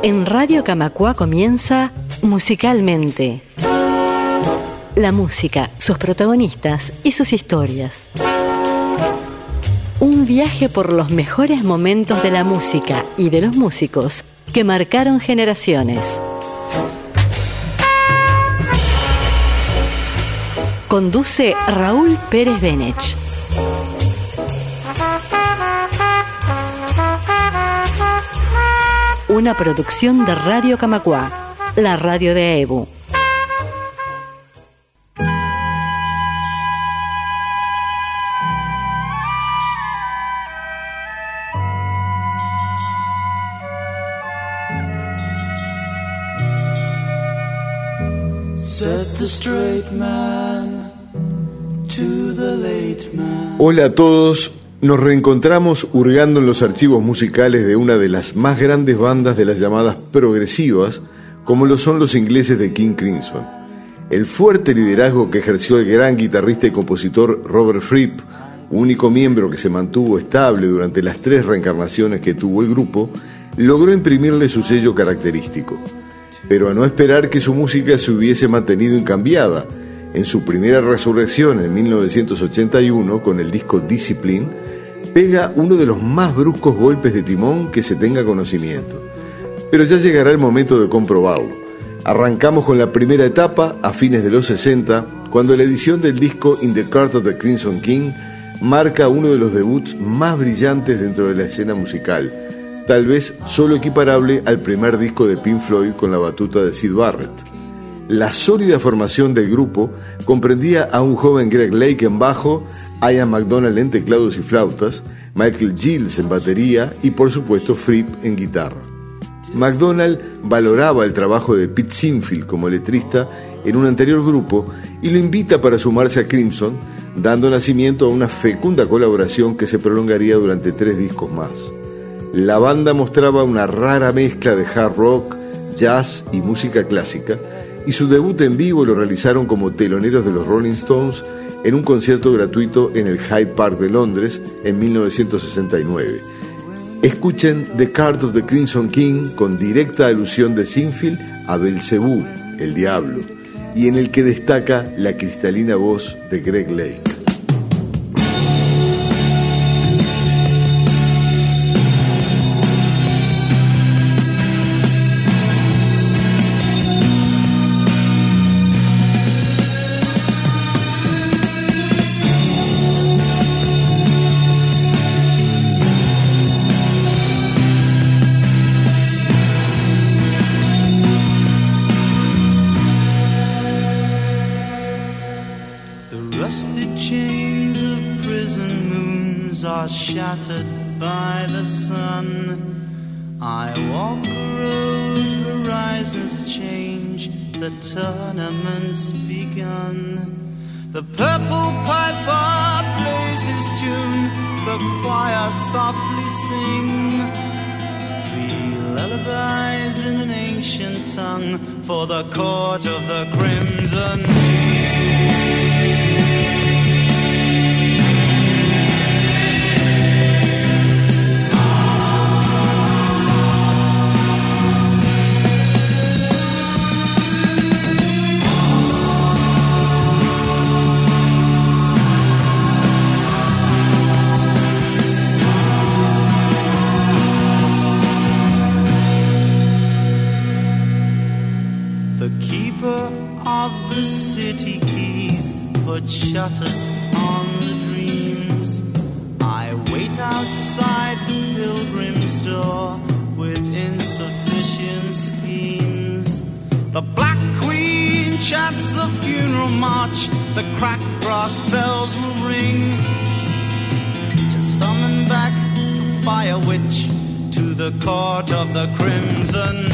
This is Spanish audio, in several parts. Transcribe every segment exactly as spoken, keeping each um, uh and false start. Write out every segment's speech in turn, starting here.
En Radio Camacuá comienza Musicalmente. La música, sus protagonistas y sus historias. Un viaje por los mejores momentos de la música y de los músicos que marcaron generaciones. Conduce Raúl Pérez Benech. Una producción de Radio Camacuá, la radio de EBU. Hola a todos, nos reencontramos hurgando en los archivos musicales de una de las más grandes bandas de las llamadas progresivas, como lo son los ingleses de King Crimson. El fuerte liderazgo que ejerció el gran guitarrista y compositor Robert Fripp, único miembro que se mantuvo estable durante las tres reencarnaciones que tuvo el grupo, logró imprimirle su sello característico. Pero a no esperar que su música se hubiese mantenido incambiada, en su primera resurrección en mil novecientos ochenta y uno con el disco Discipline, pega uno de los más bruscos golpes de timón que se tenga conocimiento. Pero ya llegará el momento de comprobarlo. Arrancamos con la primera etapa a fines de los sesenta, cuando la edición del disco In the Court of the Crimson King marca uno de los debuts más brillantes dentro de la escena musical, tal vez solo equiparable al primer disco de Pink Floyd con la batuta de Syd Barrett. La sólida formación del grupo comprendía a un joven Greg Lake en bajo, Ian McDonald en teclados y flautas, Michael Giles en batería y por supuesto Fripp en guitarra. McDonald valoraba el trabajo de Pete Sinfield como letrista en un anterior grupo y lo invita para sumarse a Crimson, dando nacimiento a una fecunda colaboración que se prolongaría durante tres discos más. La banda mostraba una rara mezcla de hard rock, jazz y música clásica, y su debut en vivo lo realizaron como teloneros de los Rolling Stones en un concierto gratuito en el Hyde Park de Londres en mil novecientos sesenta y nueve. Escuchen The Court of the Crimson King con directa alusión de Sinfield a Belcebú, el diablo, y en el que destaca la cristalina voz de Greg Lake. Shattered by the sun, I walk a road, horizons change, the tournament's begun. The purple piper plays his tune, the choir softly sing three lullabies in an ancient tongue for the court of the crimson. Shutters on the dreams. I wait outside the pilgrim's door with insufficient schemes. The Black Queen chants the funeral march, the cracked brass bells will ring to summon back the fire witch to the court of the crimson.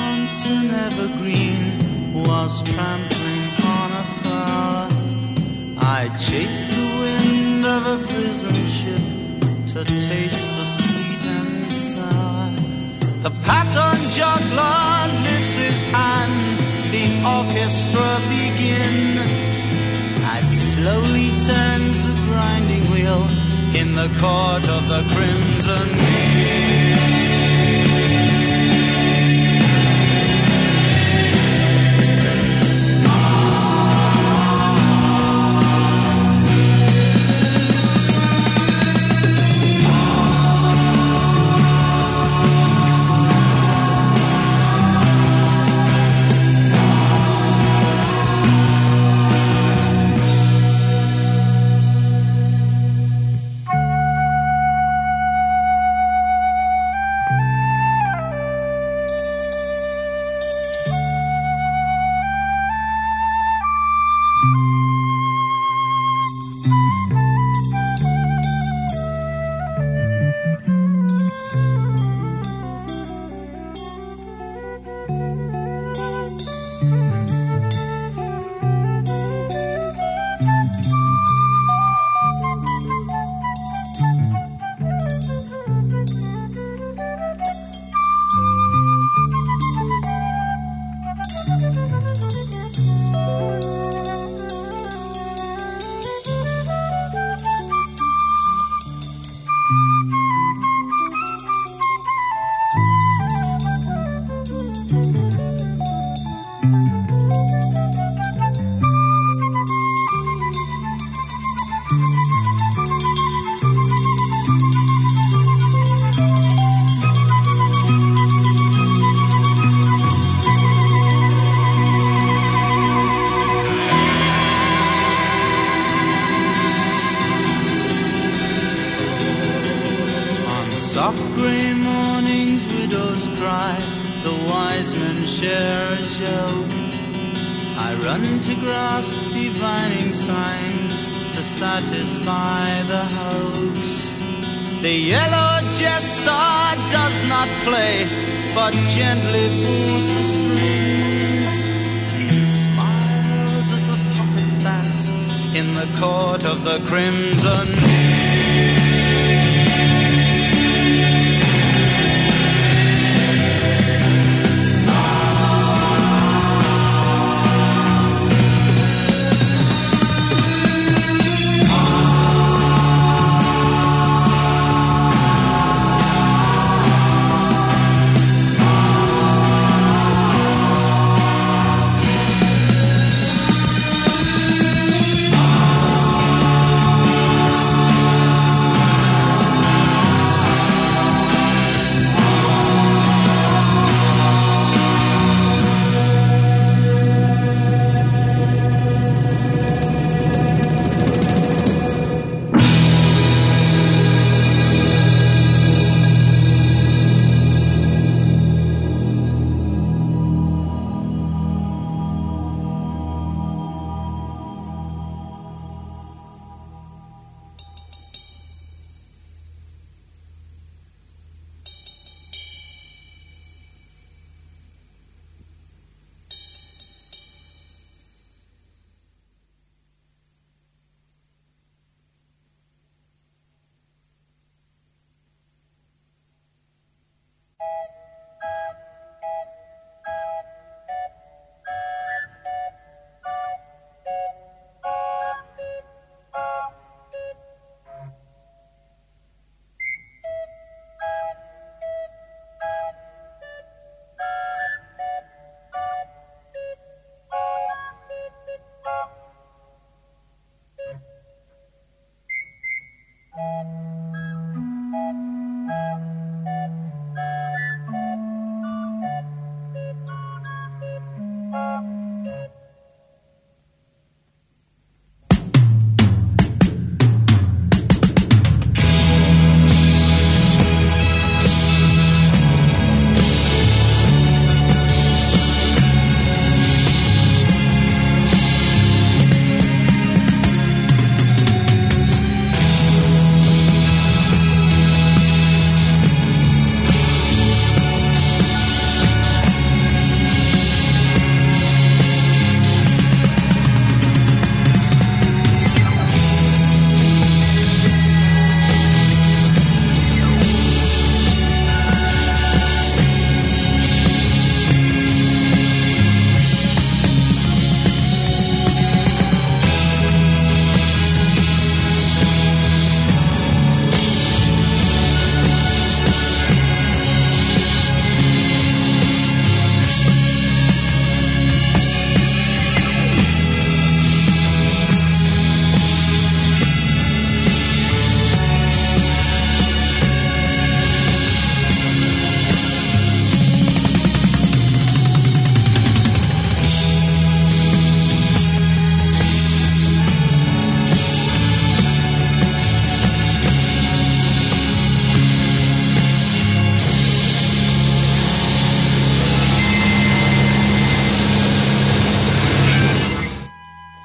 once an evergreen was trampling on a flower. I chased the wind of a prison ship to taste the sweet and sour. The pattern juggler lifts his hand, the orchestra begin. I slowly turns the grinding wheel in the court of the crimson. The crimson.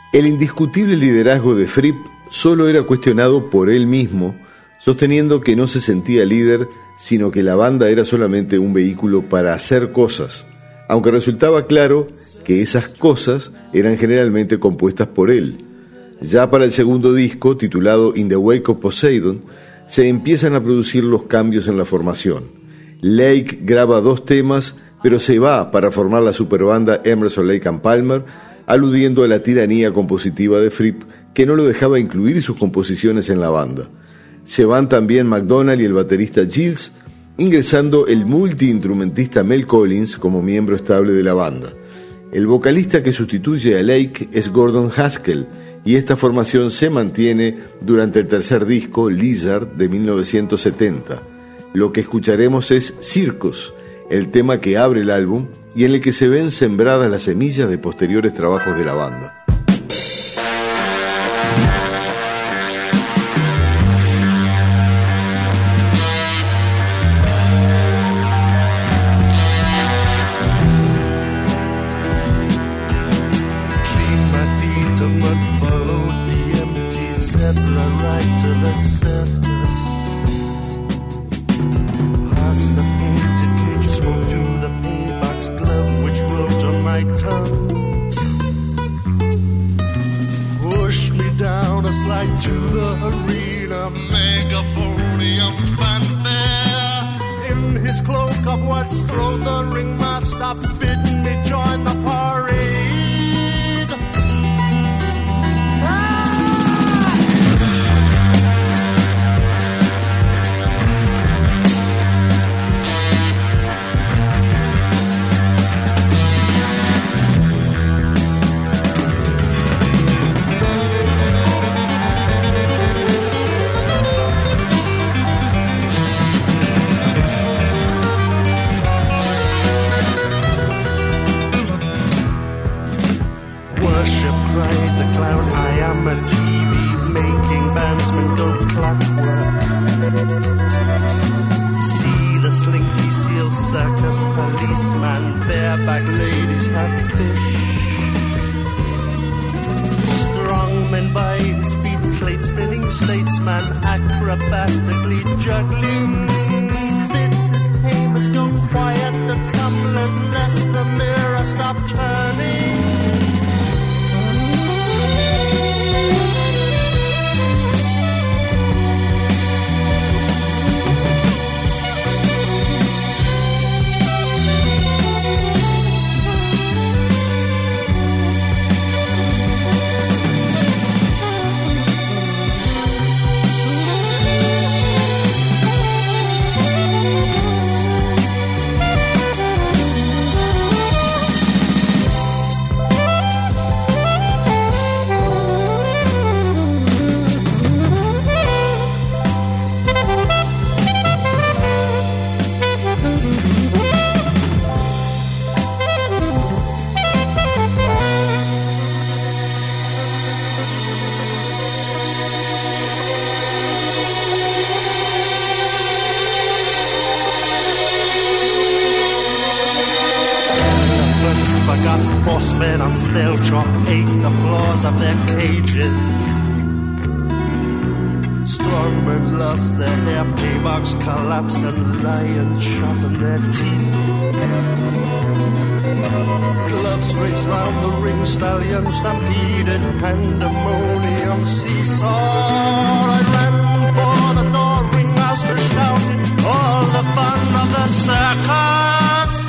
El indiscutible liderazgo de Fripp solo era cuestionado por él mismo, sosteniendo que no se sentía líder, sino que la banda era solamente un vehículo para hacer cosas, aunque resultaba claro que esas cosas eran generalmente compuestas por él. Ya para el segundo disco, titulado In the Wake of Poseidon, se empiezan a producir los cambios en la formación. Lake graba dos temas, pero se va para formar la superbanda Emerson, Lake and Palmer, aludiendo a la tiranía compositiva de Fripp, que no lo dejaba incluir sus composiciones en la banda. Se van también McDonald y el baterista Giles, ingresando el multiinstrumentista Mel Collins como miembro estable de la banda. El vocalista que sustituye a Lake es Gordon Haskell, y esta formación se mantiene durante el tercer disco, Lizard, de mil novecientos setenta. Lo que escucharemos es Circus, el tema que abre el álbum y en el que se ven sembradas las semillas de posteriores trabajos de la banda. Bossmen on stale chalk ate the floors of their cages. Strongmen lost their hair, paybocks collapsed, and lions shot in their teeth. Gloves raced round the ring, stallions stampeded, pandemonium seesaw. I ran for the door, ringmaster shouted, all the fun of the circus.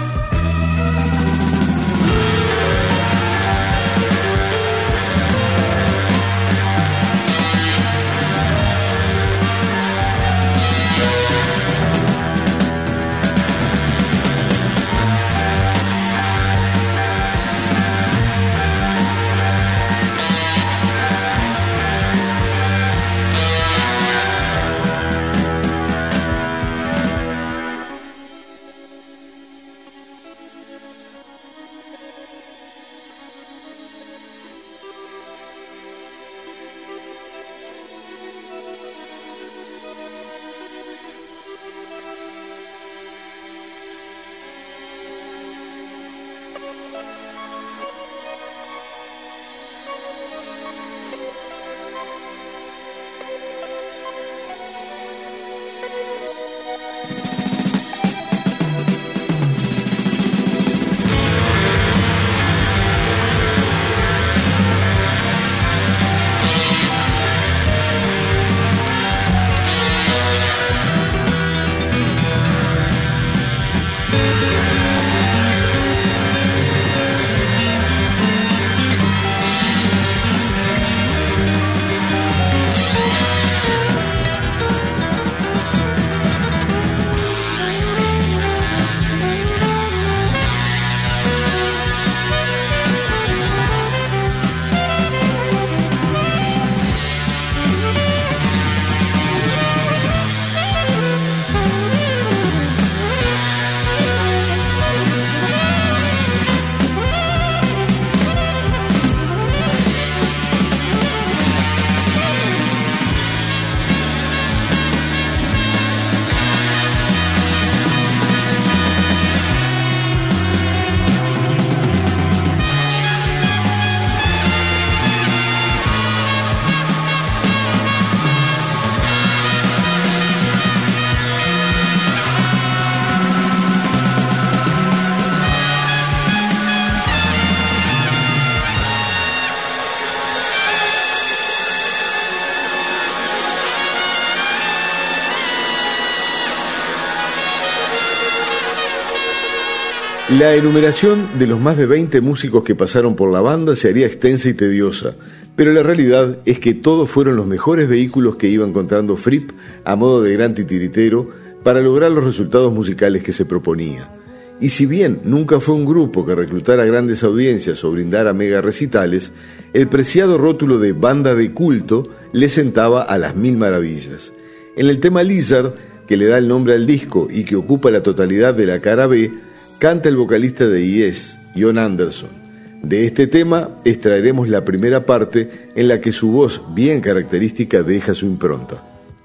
La enumeración de los más de veinte músicos que pasaron por la banda se haría extensa y tediosa, pero la realidad es que todos fueron los mejores vehículos que iba encontrando Fripp a modo de gran titiritero para lograr los resultados musicales que se proponía. Y si bien nunca fue un grupo que reclutara grandes audiencias o brindara mega recitales, el preciado rótulo de banda de culto le sentaba a las mil maravillas. En el tema Lizard, que le da el nombre al disco y que ocupa la totalidad de la cara B, canta el vocalista de Yes, Jon Anderson. De este tema extraeremos la primera parte en la que su voz bien característica deja su impronta.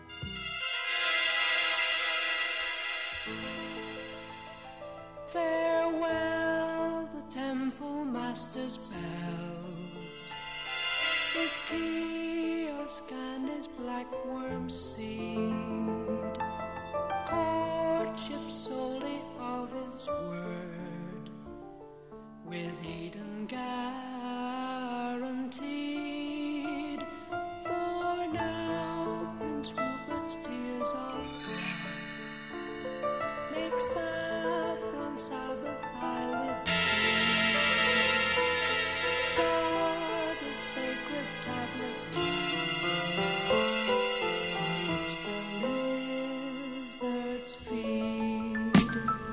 Farewell, the temple master's bells, his kiosk and his black worm seed, courtship solely of his word, with Eden guaranteed. For now, Prince Rupert's tears of blood make saffron Sabbath eyelids star the sacred tablet which the lizards feed.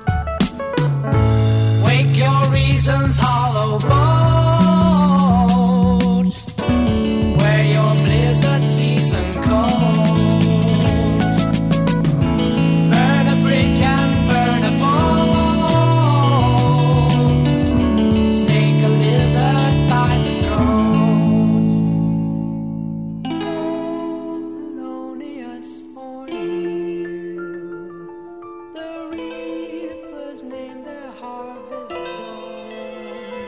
Wake your reason's hollow boat, where your blizzard season cold. Burn a bridge and burn a boat, stake a lizard by the throat. Polonius or Neil, the reapers name their harvest dawn.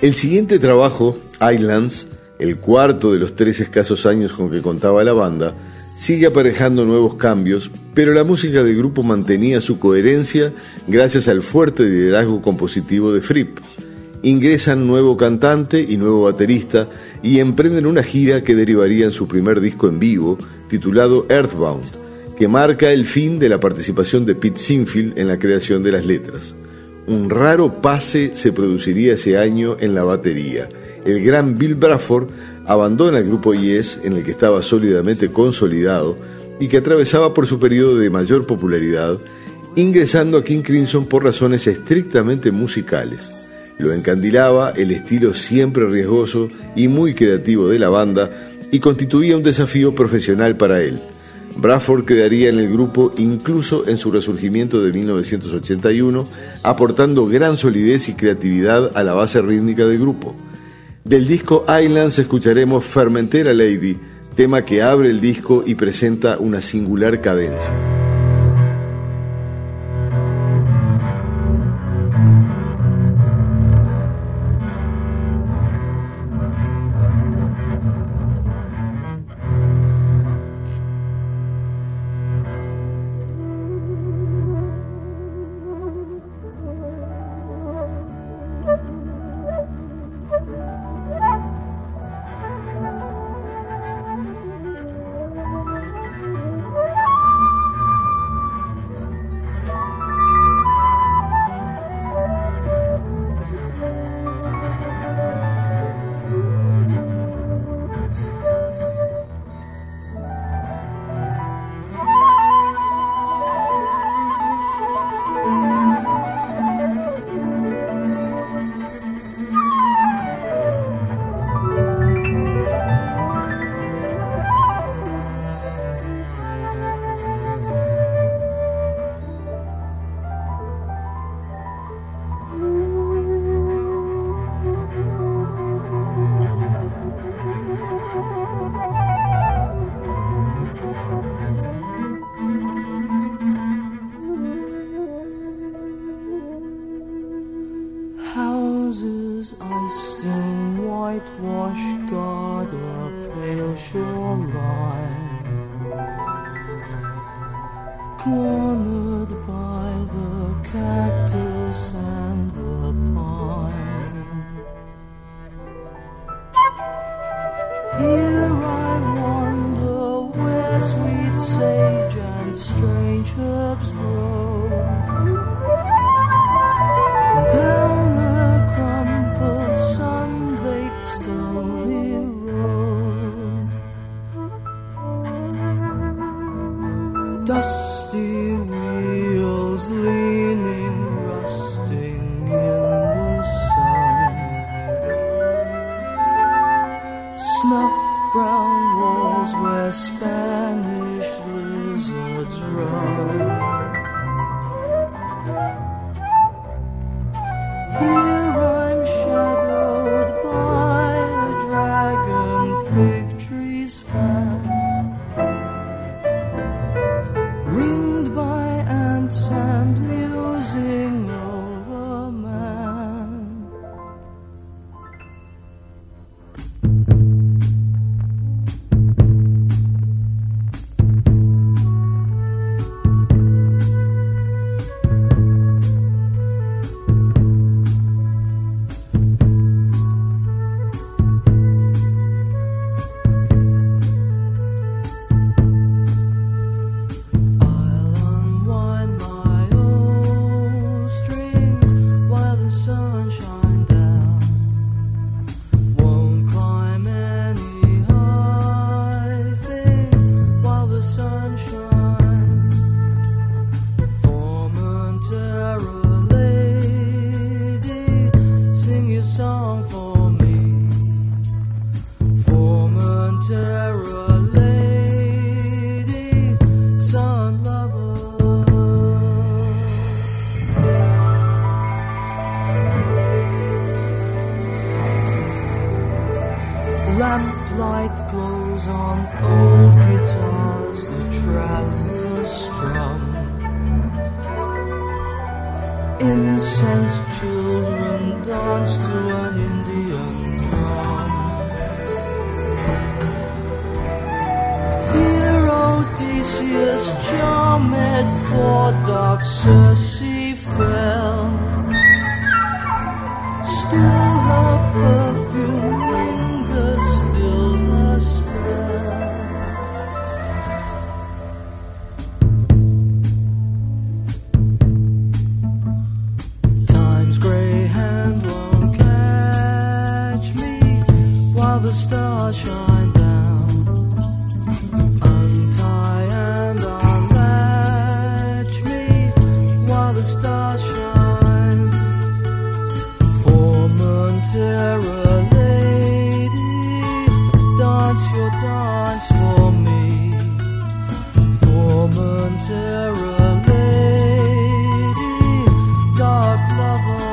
El siguiente trabajo, Islands, el cuarto de los tres escasos años con que contaba la banda, sigue aparejando nuevos cambios, pero la música del grupo mantenía su coherencia gracias al fuerte liderazgo compositivo de Fripp. Ingresan nuevo cantante y nuevo baterista y emprenden una gira que derivaría en su primer disco en vivo, titulado Earthbound, que marca el fin de la participación de Pete Sinfield en la creación de las letras. Un raro pase se produciría ese año en la batería. El gran Bill Bruford abandona el grupo Yes, en el que estaba sólidamente consolidado y que atravesaba por su periodo de mayor popularidad, ingresando a King Crimson por razones estrictamente musicales. Lo encandilaba el estilo siempre riesgoso y muy creativo de la banda y constituía un desafío profesional para él. Bruford quedaría en el grupo incluso en su resurgimiento de mil novecientos ochenta y uno, aportando gran solidez y creatividad a la base rítmica del grupo. Del disco Islands escucharemos Fermentera Lady, tema que abre el disco y presenta una singular cadencia. Lamplight glows on old guitars the travelers strum. Incensed children and dance to an Indian drum. Here Odysseus charmed for dark Circe fell. Still her perfume lingers, still her spell. Time's grey hand won't catch me while the stars shine down. Untie and unlatch me while the stars shine. Formentera lady, dance your dance for me. Formentera lady, dark lover.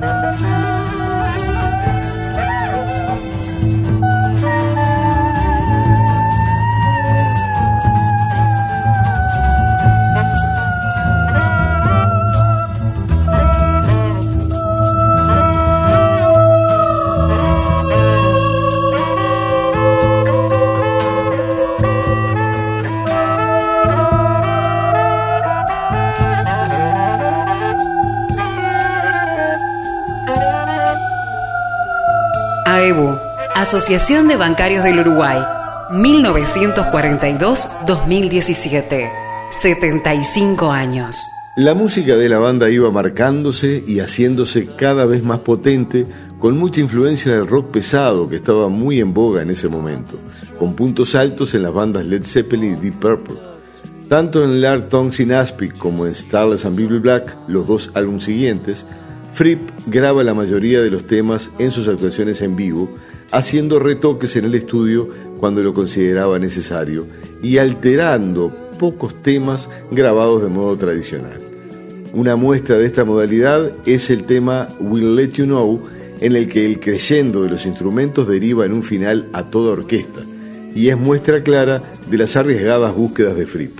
AEBU, Asociación de Bancarios del Uruguay, mil novecientos cuarenta y dos a dos mil diecisiete, setenta y cinco años. La música de la banda iba marcándose y haciéndose cada vez más potente, con mucha influencia del rock pesado que estaba muy en boga en ese momento, con puntos altos en las bandas Led Zeppelin y Deep Purple. Tanto en Lark Tongues in Aspic como en Starless and Bible Black, los dos álbumes siguientes, Fripp graba la mayoría de los temas en sus actuaciones en vivo, haciendo retoques en el estudio cuando lo consideraba necesario y alterando pocos temas grabados de modo tradicional. Una muestra de esta modalidad es el tema We'll Let You Know, en el que el crescendo de los instrumentos deriva en un final a toda orquesta, y es muestra clara de las arriesgadas búsquedas de Fripp.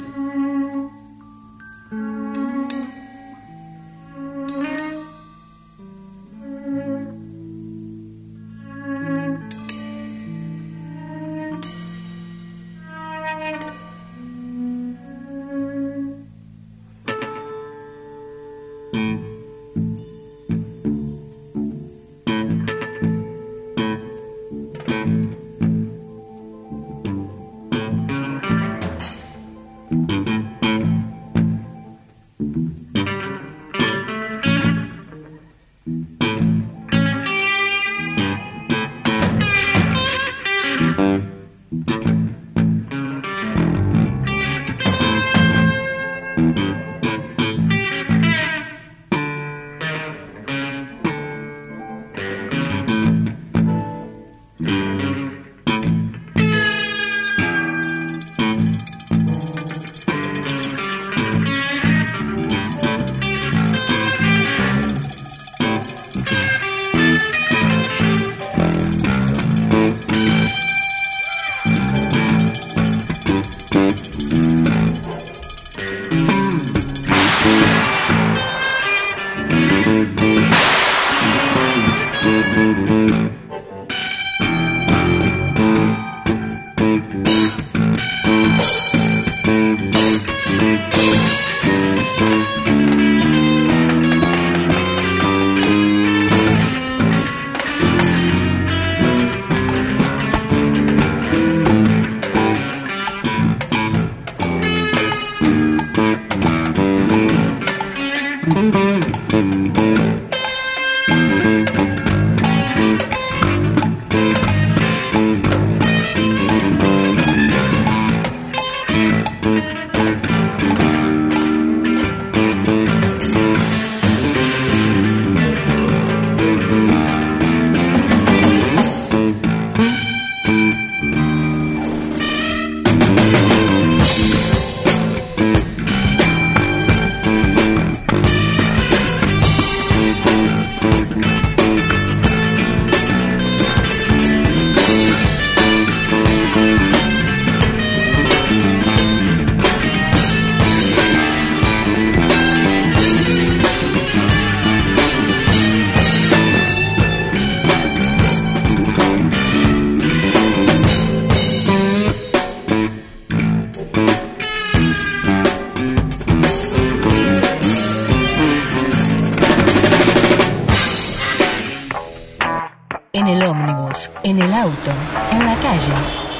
En el ómnibus, en el auto, en la calle.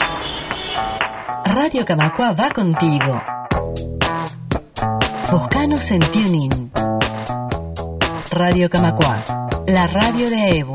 Radio Camacuá va contigo. Búscanos en TuneIn. Radio Camacuá, la radio de AEBU.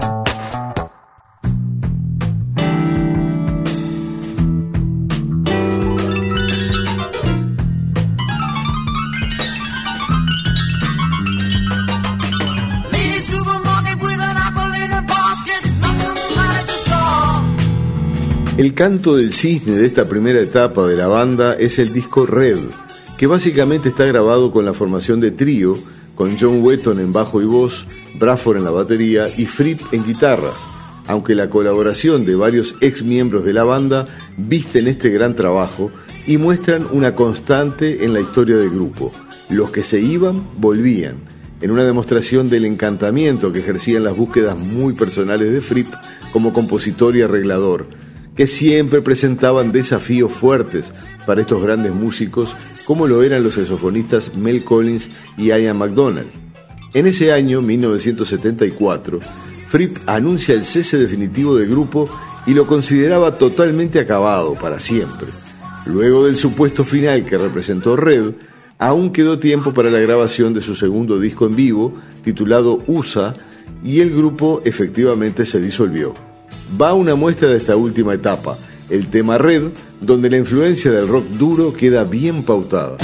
El canto del cisne de esta primera etapa de la banda es el disco Red, que básicamente está grabado con la formación de trío, con John Wetton en bajo y voz, Bradford en la batería y Fripp en guitarras, aunque la colaboración de varios ex miembros de la banda visten este gran trabajo y muestran una constante en la historia del grupo. Los que se iban, volvían, en una demostración del encantamiento que ejercían las búsquedas muy personales de Fripp como compositor y arreglador, que siempre presentaban desafíos fuertes para estos grandes músicos, como lo eran los saxofonistas Mel Collins y Ian MacDonald. En ese año, mil novecientos setenta y cuatro, Fripp anuncia el cese definitivo del grupo y lo consideraba totalmente acabado para siempre. Luego del supuesto final que representó Red, aún quedó tiempo para la grabación de su segundo disco en vivo, titulado U S A, y el grupo efectivamente se disolvió. Va una muestra de esta última etapa, el tema Red, donde la influencia del rock duro queda bien pautada.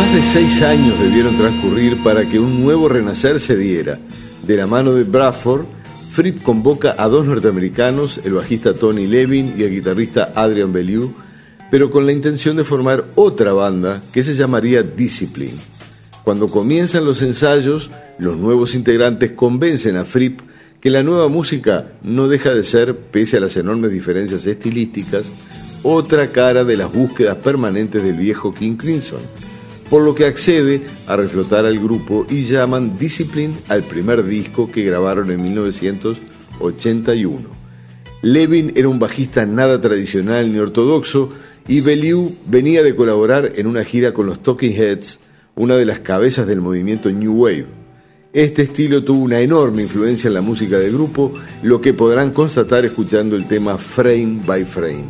Más de seis años debieron transcurrir para que un nuevo renacer se diera. De la mano de Bradford, Fripp convoca a dos norteamericanos, el bajista Tony Levin y el guitarrista Adrian Belew, pero con la intención de formar otra banda que se llamaría Discipline. Cuando comienzan los ensayos, los nuevos integrantes convencen a Fripp que la nueva música no deja de ser, pese a las enormes diferencias estilísticas, otra cara de las búsquedas permanentes del viejo King Crimson, por lo que accede a reflotar al grupo y llaman Discipline al primer disco que grabaron en mil novecientos ochenta y uno. Levin era un bajista nada tradicional ni ortodoxo y Belew venía de colaborar en una gira con los Talking Heads, una de las cabezas del movimiento New Wave. Este estilo tuvo una enorme influencia en la música del grupo, lo que podrán constatar escuchando el tema Frame by Frame.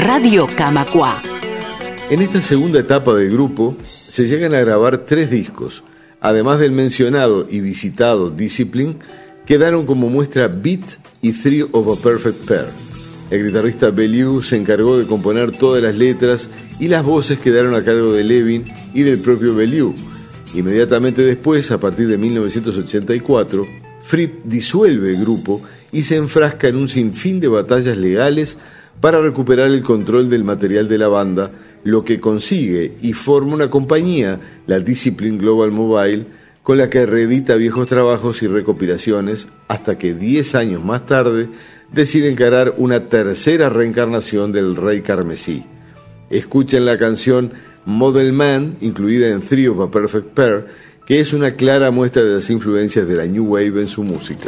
Radio Camacuá. En esta segunda etapa del grupo se llegan a grabar tres discos. Además del mencionado y visitado Discipline, quedaron como muestra Beat y Three of a Perfect Pair. El guitarrista Bellew se encargó de componer todas las letras y las voces quedaron a cargo de Levin y del propio Bellew. Inmediatamente después, a partir de mil novecientos ochenta y cuatro, Fripp disuelve el grupo y se enfrasca en un sinfín de batallas legales para recuperar el control del material de la banda, lo que consigue y forma una compañía, la Discipline Global Mobile, con la que reedita viejos trabajos y recopilaciones hasta que diez años más tarde decide encarar una tercera reencarnación del Rey Carmesí. Escuchen la canción Model Man, incluida en Three of a Perfect Pair, que es una clara muestra de las influencias de la New Wave en su música.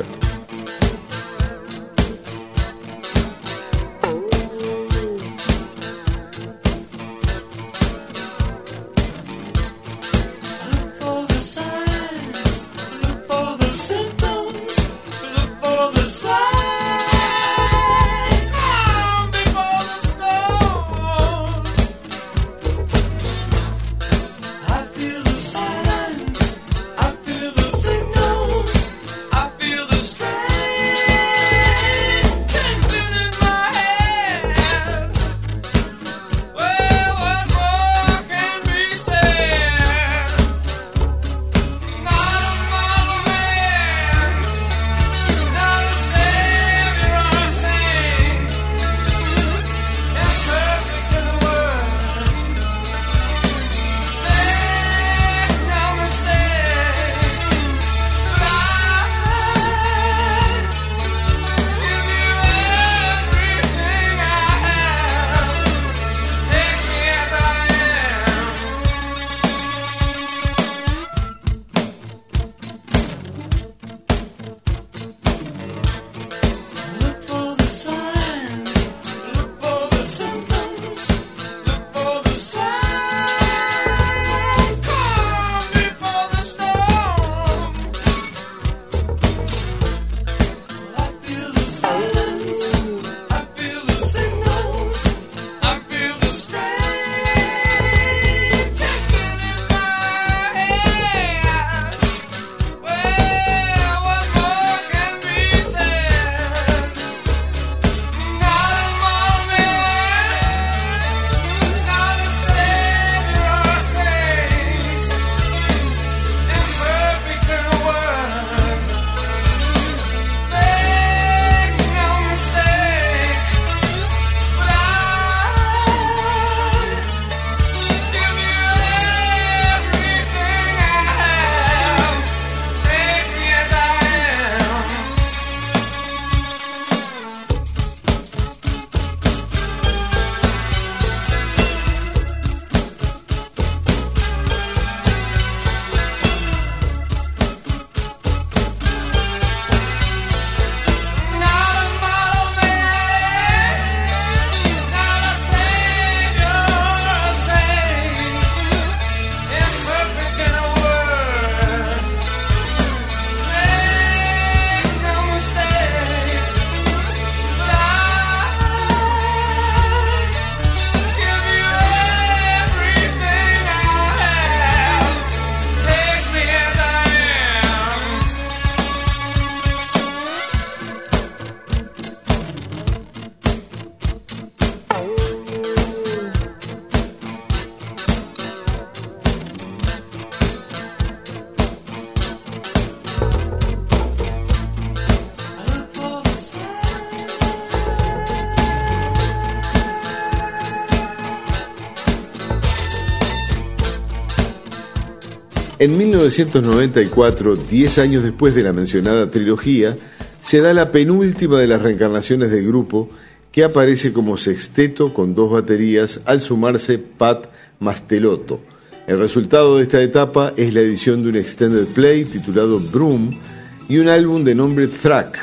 En mil novecientos noventa y cuatro, diez años después de la mencionada trilogía, se da la penúltima de las reencarnaciones del grupo, que aparece como sexteto con dos baterías al sumarse Pat Mastelotto. El resultado de esta etapa es la edición de un extended play titulado Broom y un álbum de nombre Thrack.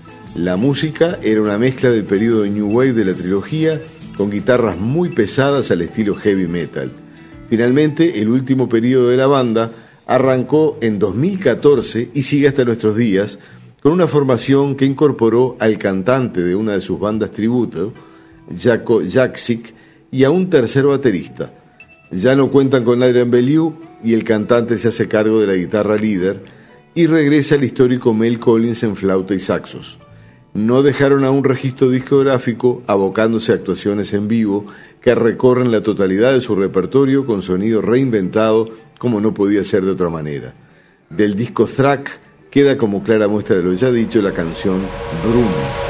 La música era una mezcla del periodo New Wave de la trilogía con guitarras muy pesadas al estilo heavy metal. Finalmente, el último periodo de la banda arrancó en dos mil catorce y sigue hasta nuestros días con una formación que incorporó al cantante de una de sus bandas tributo, Jaco Jaksic, y a un tercer baterista. Ya no cuentan con Adrian Bellew y el cantante se hace cargo de la guitarra líder y regresa el histórico Mel Collins en flauta y saxos. No dejaron a un registro discográfico, abocándose a actuaciones en vivo que recorren la totalidad de su repertorio con sonido reinventado como no podía ser de otra manera. Del disco Thrack queda como clara muestra de lo ya dicho la canción Broom.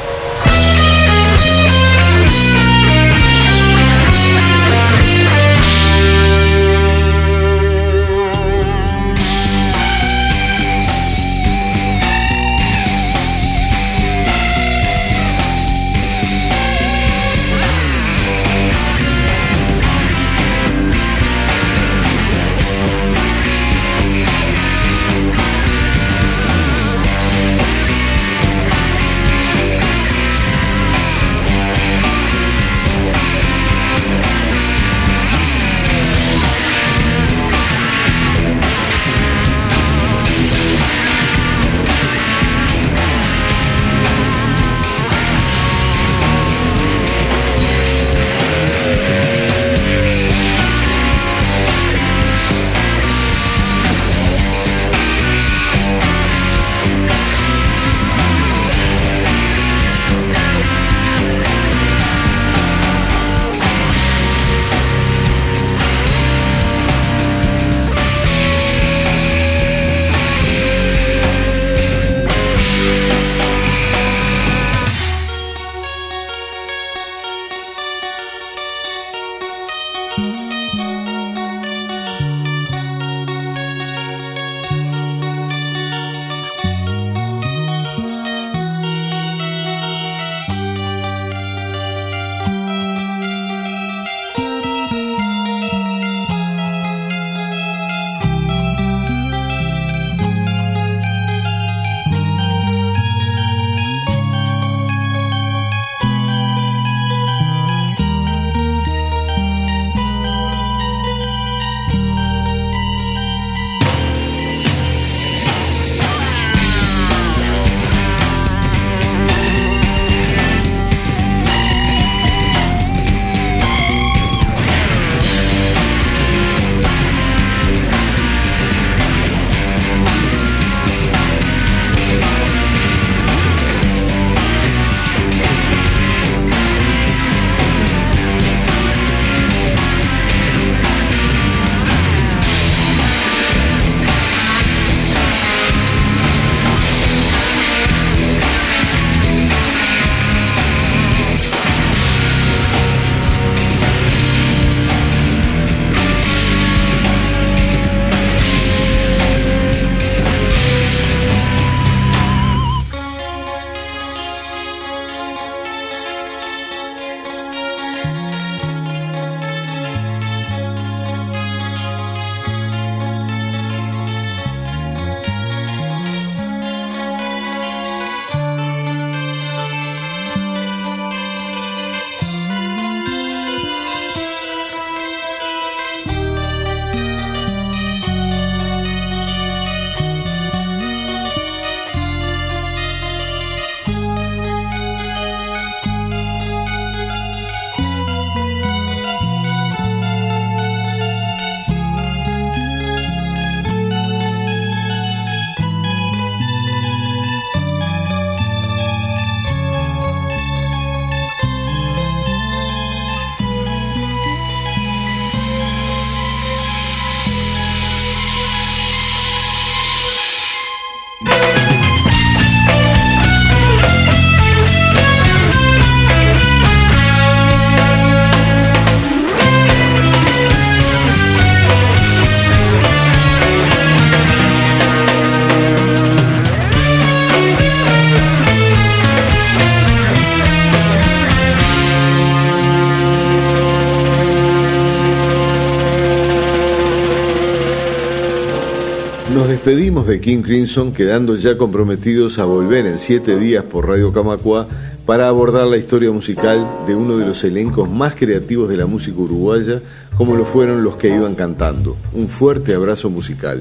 Nos despedimos de King Crimson, quedando ya comprometidos a volver en siete días por Radio Camacuá para abordar la historia musical de uno de los elencos más creativos de la música uruguaya, como lo fueron los que iban cantando. Un fuerte abrazo musical.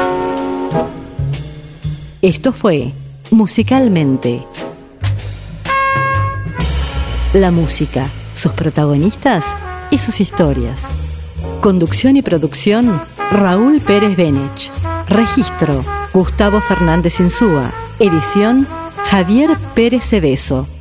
Esto fue Musicalmente. La música, sus protagonistas y sus historias. Conducción y producción, Raúl Pérez Benech. Registro, Gustavo Fernández Insúa. Edición, Javier Pérez Cebeso.